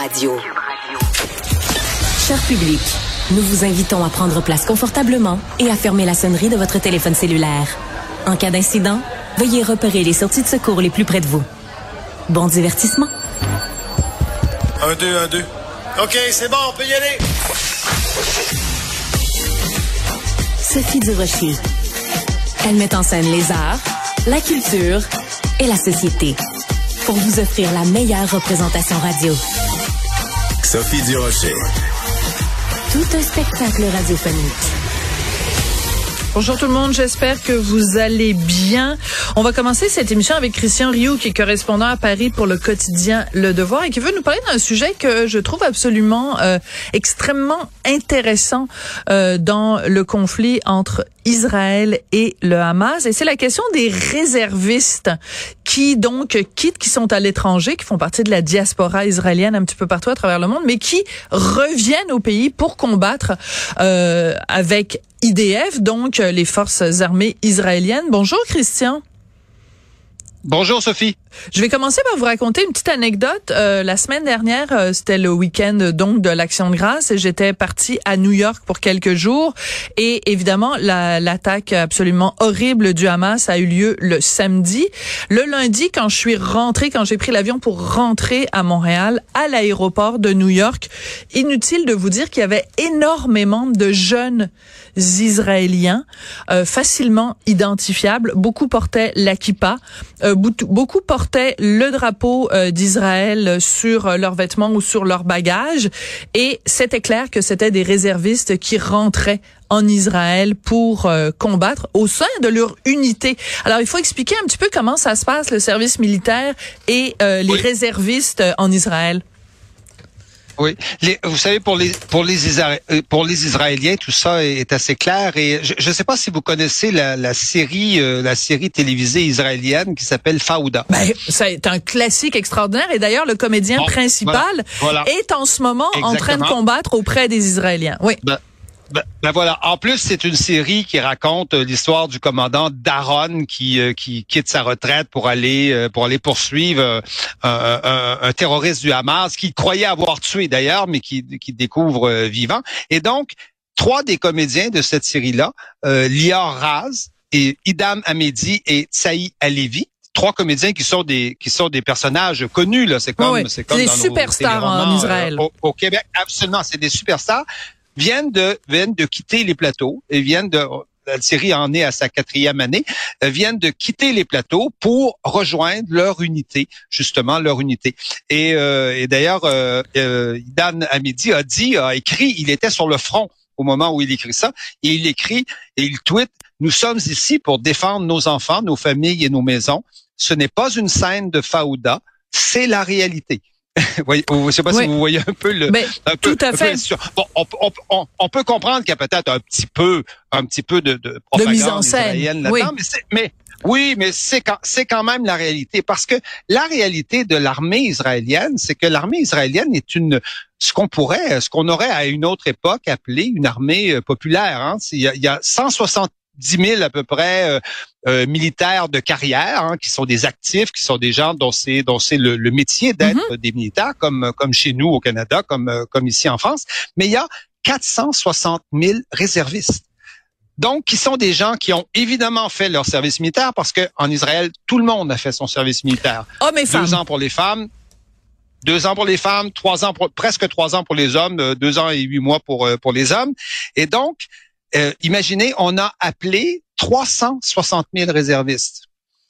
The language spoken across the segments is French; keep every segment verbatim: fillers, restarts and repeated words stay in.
Radio. Cher public, nous vous invitons à prendre place confortablement et à fermer la sonnerie de votre téléphone cellulaire. En cas d'incident, veuillez repérer les sorties de secours les plus près de vous. Bon divertissement. Un, deux, un, deux. OK, c'est bon, on peut y aller. Sophie Durocher. Elle met en scène les arts, la culture et la société pour vous offrir la meilleure représentation radio. Sophie Durocher. Tout un spectacle radiophonique. Bonjour tout le monde, j'espère que vous allez bien. On va commencer cette émission avec Christian Rioux, qui est correspondant à Paris pour le quotidien Le Devoir et qui veut nous parler d'un sujet que je trouve absolument euh, extrêmement intéressant euh, dans le conflit entre Israël et le Hamas. Et c'est la question des réservistes qui donc quittent, qui sont à l'étranger, qui font partie de la diaspora israélienne un petit peu partout à travers le monde, mais qui reviennent au pays pour combattre euh, avec I D F, donc les forces armées israéliennes. Bonjour Christian. Bonjour Sophie. Je vais commencer par vous raconter une petite anecdote. Euh, la semaine dernière, euh, c'était le week-end donc de l'Action de grâce et j'étais partie à New York pour quelques jours. Et évidemment, la, l'attaque absolument horrible du Hamas a eu lieu le samedi. Le lundi, quand je suis rentrée, quand j'ai pris l'avion pour rentrer à Montréal, à l'aéroport de New York, inutile de vous dire qu'il y avait énormément de jeunes Israéliens euh, facilement identifiables. Beaucoup portaient la kippa, euh, beaucoup portaient le drapeau euh, d'Israël sur euh, leurs vêtements ou sur leurs bagages. Et c'était clair que c'était des réservistes qui rentraient en Israël pour euh, combattre au sein de leur unité. Alors, il faut expliquer un petit peu comment ça se passe, le service militaire et euh, les oui. réservistes en Israël. Oui, les, vous savez, pour les pour les Isra- pour les Israéliens, tout ça est assez clair. Et je ne sais pas si vous connaissez la, la série euh, la série télévisée israélienne qui s'appelle Fauda. Ben, c'est un classique extraordinaire. Et d'ailleurs, le comédien bon, principal voilà, voilà. est en ce moment Exactement. en train de combattre auprès des Israéliens. Oui. Ben, Ben, ben voilà. En plus, c'est une série qui raconte euh, l'histoire du commandant Daron qui euh, qui quitte sa retraite pour aller euh, pour aller poursuivre euh, un, un, un terroriste du Hamas qu'il croyait avoir tué d'ailleurs, mais qui qui découvre euh, vivant. Et donc, trois des comédiens de cette série-là, euh, Lior Raz et Idam Hamedi et Tsaï Alevi, trois comédiens qui sont des qui sont des personnages connus là. C'est comme oui, oui. c'est comme des dans superstars en Israël. Euh, au, au Québec, absolument, c'est des superstars. viennent de viennent de quitter les plateaux et viennent de la série en est à sa quatrième année euh, viennent de quitter les plateaux pour rejoindre leur unité, justement leur unité. Et, euh, et d'ailleurs, euh, euh, Dan Hamedi a dit, a écrit, il était sur le front au moment où il écrit ça, et il écrit et il tweet: nous sommes ici pour défendre nos enfants, nos familles et nos maisons. Ce n'est pas une scène de Fauda, c'est la réalité. Je ne sais pas oui. si vous voyez un peu le. Mais, un tout peu, à fait. Bon, on, on, on, on peut comprendre qu'il y a peut-être un petit peu, un petit peu de, de propagande de mise en scène là-dedans, oui. mais, c'est, mais oui, mais c'est quand, c'est quand même la réalité, parce que la réalité de l'armée israélienne, c'est que l'armée israélienne est une, ce qu'on pourrait, ce qu'on aurait à une autre époque appelé une armée populaire. Hein. Il y a, il y a cent soixante-dix mille à peu près euh, euh, militaires de carrière, hein, qui sont des actifs, qui sont des gens dont c'est dont c'est le, le métier d'être mm-hmm. des militaires, comme comme chez nous au Canada, comme comme ici en France. Mais il y a quatre cent soixante mille réservistes. Donc, qui sont des gens qui ont évidemment fait leur service militaire, parce que en Israël, tout le monde a fait son service militaire. Hommes et femmes. Deux ans pour les femmes. Deux ans pour les femmes, trois ans pour, presque trois ans pour les hommes, deux ans et huit mois pour pour les hommes. Et donc, Euh, imaginez, on a appelé trois cent soixante mille réservistes.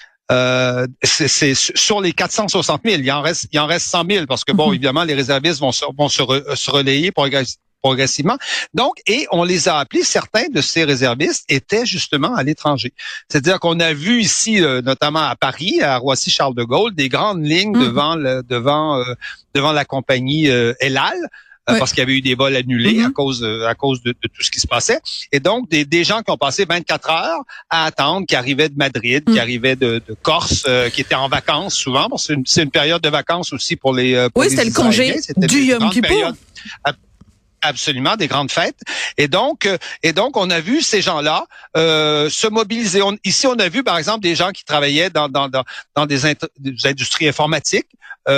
Euh, c'est, c'est sur les quatre cent soixante mille, il en reste, il en reste cent mille parce que bon, mm-hmm. évidemment, les réservistes vont se, vont se, re, se relayer progressivement. Donc, et on les a appelés. Certains de ces réservistes étaient justement à l'étranger. C'est-à-dire qu'on a vu ici, euh, notamment à Paris, à Roissy-Charles de Gaulle, des grandes lignes mm-hmm. devant le, devant euh, devant la compagnie euh, El Al. Oui. Parce qu'il y avait eu des vols annulés mm-hmm. à cause à cause de, de tout ce qui se passait. Et donc, des, des gens qui ont passé vingt-quatre heures à attendre, qui arrivaient de Madrid, mm. qui arrivaient de, de Corse, euh, qui étaient en vacances souvent. Bon, c'est, une, c'est une période de vacances aussi pour les pour Oui, les c'était le congé c'était du Yom Kippour. Absolument, des grandes fêtes. Et donc, euh, et donc, on a vu ces gens-là euh, se mobiliser. On, ici, on a vu, par exemple, des gens qui travaillaient dans dans dans, dans des, int- des industries informatiques. Euh,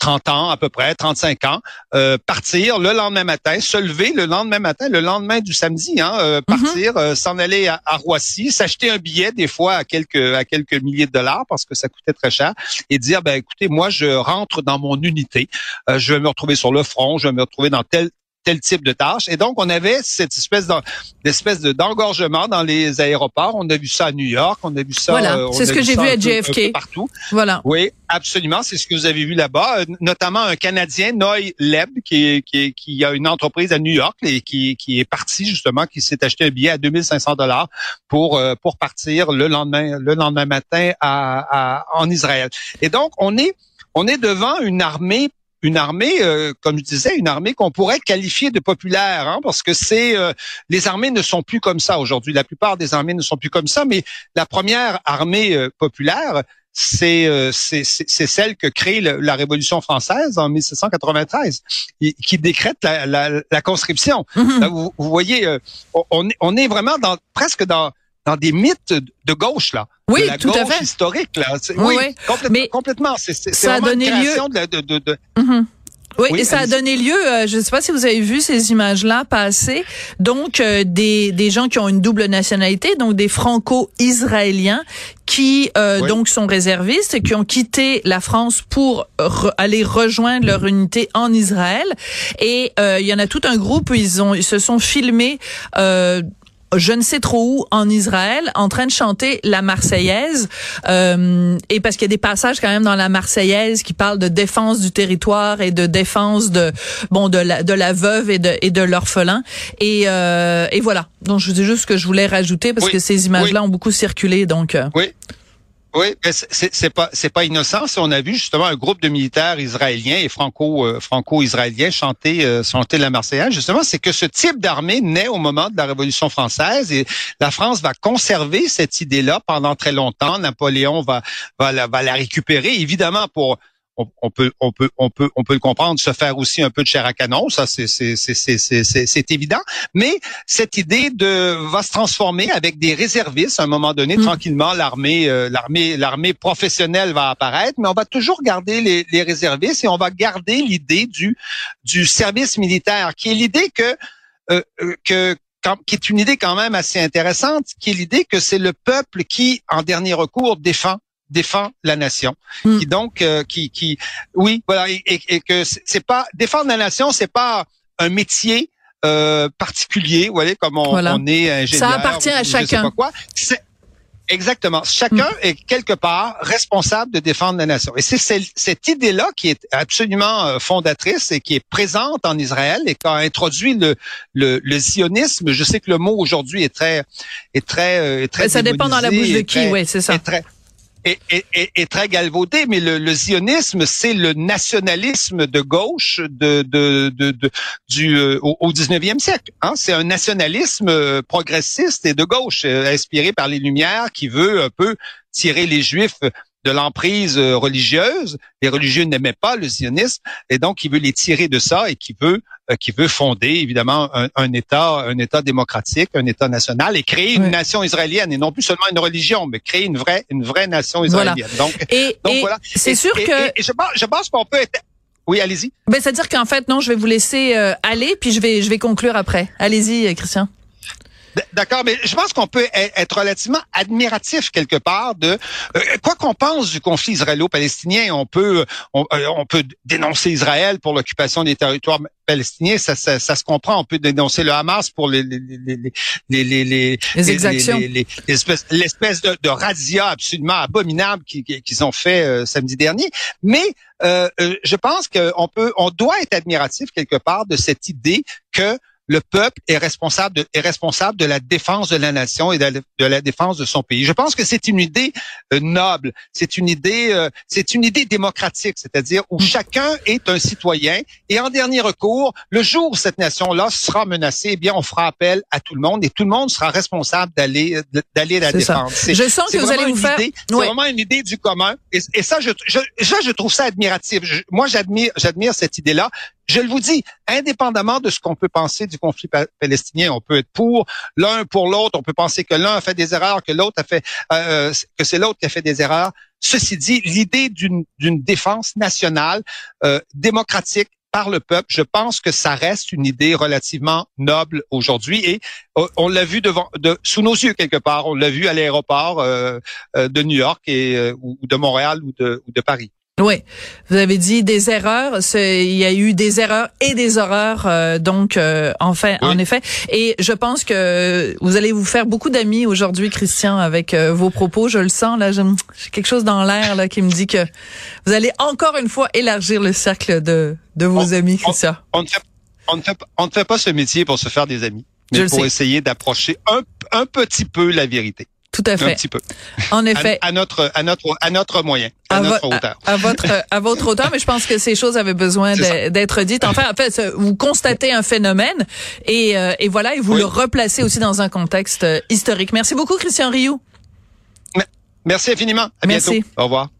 trente ans à peu près, trente-cinq ans, euh, partir le lendemain matin, se lever le lendemain matin, le lendemain du samedi, hein, euh, partir, mm-hmm. euh, s'en aller à, à Roissy, s'acheter un billet des fois à quelques à quelques milliers de dollars parce que ça coûtait très cher, et dire ben écoutez, moi je rentre dans mon unité, euh, je vais me retrouver sur le front, je vais me retrouver dans tel tel type de tâche. Et donc, on avait cette espèce d'espèce de, d'engorgement dans les aéroports. On a vu ça à New York, on a vu ça... Voilà, euh, c'est ce que j'ai vu à J F K. Partout. Voilà. Oui, absolument, c'est ce que vous avez vu là-bas. Euh, notamment un Canadien, Noy Leb, qui, qui, qui a une entreprise à New York et qui, qui est parti justement, qui s'est acheté un billet à deux mille cinq cents dollars pour euh, pour partir le lendemain le lendemain matin à, à en Israël. Et donc, on est on est devant une armée Une armée, euh, comme je disais, une armée qu'on pourrait qualifier de populaire, hein, parce que c'est euh, les armées ne sont plus comme ça aujourd'hui. La plupart des armées ne sont plus comme ça, mais la première armée euh, populaire, c'est, euh, c'est c'est celle que crée le, la Révolution française en mille sept cent quatre-vingt-treize, qui, qui décrète la, la, la conscription. Mm-hmm. Vous, vous voyez, euh, on, on est vraiment dans presque dans dans des mythes de gauche, là. Oui, de la tout gauche à fait. historique, là. Oui, oui, oui. Complètement, mais complètement. C'est, c'est, ça c'est a donné une lieu. De, de, de, de... Mm-hmm. Oui, oui, et ça allez-y. a donné lieu, euh, je ne sais pas si vous avez vu ces images-là passer, donc euh, des des gens qui ont une double nationalité, donc des franco-israéliens qui euh, oui. donc sont réservistes et qui ont quitté la France pour re- aller rejoindre leur unité en Israël. Et euh, il y en a tout un groupe, ils ont ils se sont filmés euh, je ne sais trop où en Israël, en train de chanter la Marseillaise, euh, et parce qu'il y a des passages quand même dans la Marseillaise qui parlent de défense du territoire et de défense de bon de la de la veuve et de et de l'orphelin, et euh, et voilà. Donc je dis juste ce que je voulais rajouter parce oui, que ces images-là oui. ont beaucoup circulé, donc. Euh. Oui. Oui, c'est, c'est pas c'est pas innocent. On a vu justement un groupe de militaires israéliens et franco euh, franco-israéliens chanter euh, chanter la Marseillaise. Justement, c'est que ce type d'armée naît au moment de la Révolution française et la France va conserver cette idée-là pendant très longtemps. Napoléon va va la, va la récupérer, évidemment pour On, on peut, on peut, on peut, on peut le comprendre, se faire aussi un peu de chair à canon, ça c'est, c'est, c'est, c'est, c'est, c'est, c'est évident. Mais cette idée de va se transformer avec des réservistes à un moment donné, mmh. tranquillement, l'armée, euh, l'armée, l'armée professionnelle va apparaître, mais on va toujours garder les, les réservistes et on va garder l'idée du du service militaire, qui est l'idée que euh, que qui est une idée quand même assez intéressante, qui est l'idée que c'est le peuple qui, en dernier recours, défend. défend la nation, mm. qui donc euh, qui qui oui voilà et, et, et que c'est pas défendre la nation, c'est pas un métier euh, particulier, vous voyez, comme on, voilà. on est ingénieur. Ça appartient à ou, chacun. Je sais pas quoi. C'est, exactement. Chacun mm. est quelque part responsable de défendre la nation. Et c'est, c'est cette idée-là qui est absolument fondatrice et qui est présente en Israël et qui a introduit le, le, le zionisme. Je sais que le mot aujourd'hui est très est très est très. Ça dépend dans la bouche de qui, oui, c'est ça. Est très, Est, est, est, est très galvaudé, mais le, le zionisme, c'est le nationalisme de gauche de, de, de, de du euh, au, au dix-neuvième siècle. Hein? C'est un nationalisme euh, progressiste et de gauche, euh, inspiré par les Lumières, qui veut un peu tirer les Juifs de l'emprise euh, religieuse. Les religieux n'aimaient pas le zionisme, et donc il veut les tirer de ça et qui veut euh, qui veut fonder évidemment un, un État un État démocratique, un État national et créer une oui. nation israélienne et non plus seulement une religion, mais créer une vraie une vraie nation israélienne. Voilà. Donc et, donc et voilà. C'est et, sûr et, que et, et je pense je pense qu'on peut être oui, allez-y. Ben c'est-à-dire qu'en fait non, je vais vous laisser euh, aller puis je vais je vais conclure après. Allez-y Christian. D'accord, mais je pense qu'on peut être relativement admiratif quelque part de euh, quoi qu'on pense du conflit israélo-palestinien. On peut on, on peut dénoncer Israël pour l'occupation des territoires palestiniens, ça, ça, ça se comprend. On peut dénoncer le Hamas pour les les les les les les, les exactions, les, les, les espèces, l'espèce de, de razzia absolument abominable qu'ils, qu'ils ont fait euh, samedi dernier. Mais euh, je pense qu'on peut, on doit être admiratif quelque part de cette idée que le peuple est responsable de, est responsable de la défense de la nation et de la, de la défense de son pays. Je pense que c'est une idée euh, noble, c'est une idée, euh, c'est une idée démocratique, c'est-à-dire où chacun est un citoyen et en dernier recours, le jour où cette nation-là sera menacée, eh bien, on fera appel à tout le monde et tout le monde sera responsable d'aller, d'aller la c'est défendre. C'est, je sens que vous allez vous faire. Idée, c'est ouais. vraiment une idée du commun et, et ça, je, je, je, je trouve ça admiratif. Je, moi, j'admire, j'admire cette idée-là. je le vous dis, indépendamment de ce qu'on peut penser du conflit pa- palestinien, on peut être pour l'un pour l'autre, on peut penser que l'un a fait des erreurs, que l'autre a fait, euh, que c'est l'autre qui a fait des erreurs. Ceci dit, l'idée d'une, d'une défense nationale euh, démocratique par le peuple, je pense que ça reste une idée relativement noble aujourd'hui et euh, on l'a vu devant, de, sous nos yeux quelque part. On l'a vu à l'aéroport euh, euh, de New York et euh, ou de Montréal ou de, ou de Paris. Oui, vous avez dit des erreurs. C'est, il y a eu des erreurs et des horreurs, euh, donc euh, enfin, oui. En effet. Et je pense que vous allez vous faire beaucoup d'amis aujourd'hui, Christian, avec euh, vos propos. Je le sens là, j'ai quelque chose dans l'air là qui me dit que vous allez encore une fois élargir le cercle de de vos on, amis, Christian. On, on, ne fait, on ne fait on ne fait pas ce métier pour se faire des amis, mais je pour essayer d'approcher un un petit peu la vérité. Tout à fait. Un petit peu. En effet. À, à notre, à notre, à notre moyen, à, à notre vo- hauteur. À, à votre, à votre hauteur, mais je pense que ces choses avaient besoin de, d'être dites. Enfin, en fait, vous constatez un phénomène et, euh, et voilà, et vous oui. le replacez aussi dans un contexte historique. Merci beaucoup, Christian Rioux. Merci infiniment. À Merci. bientôt. Au revoir.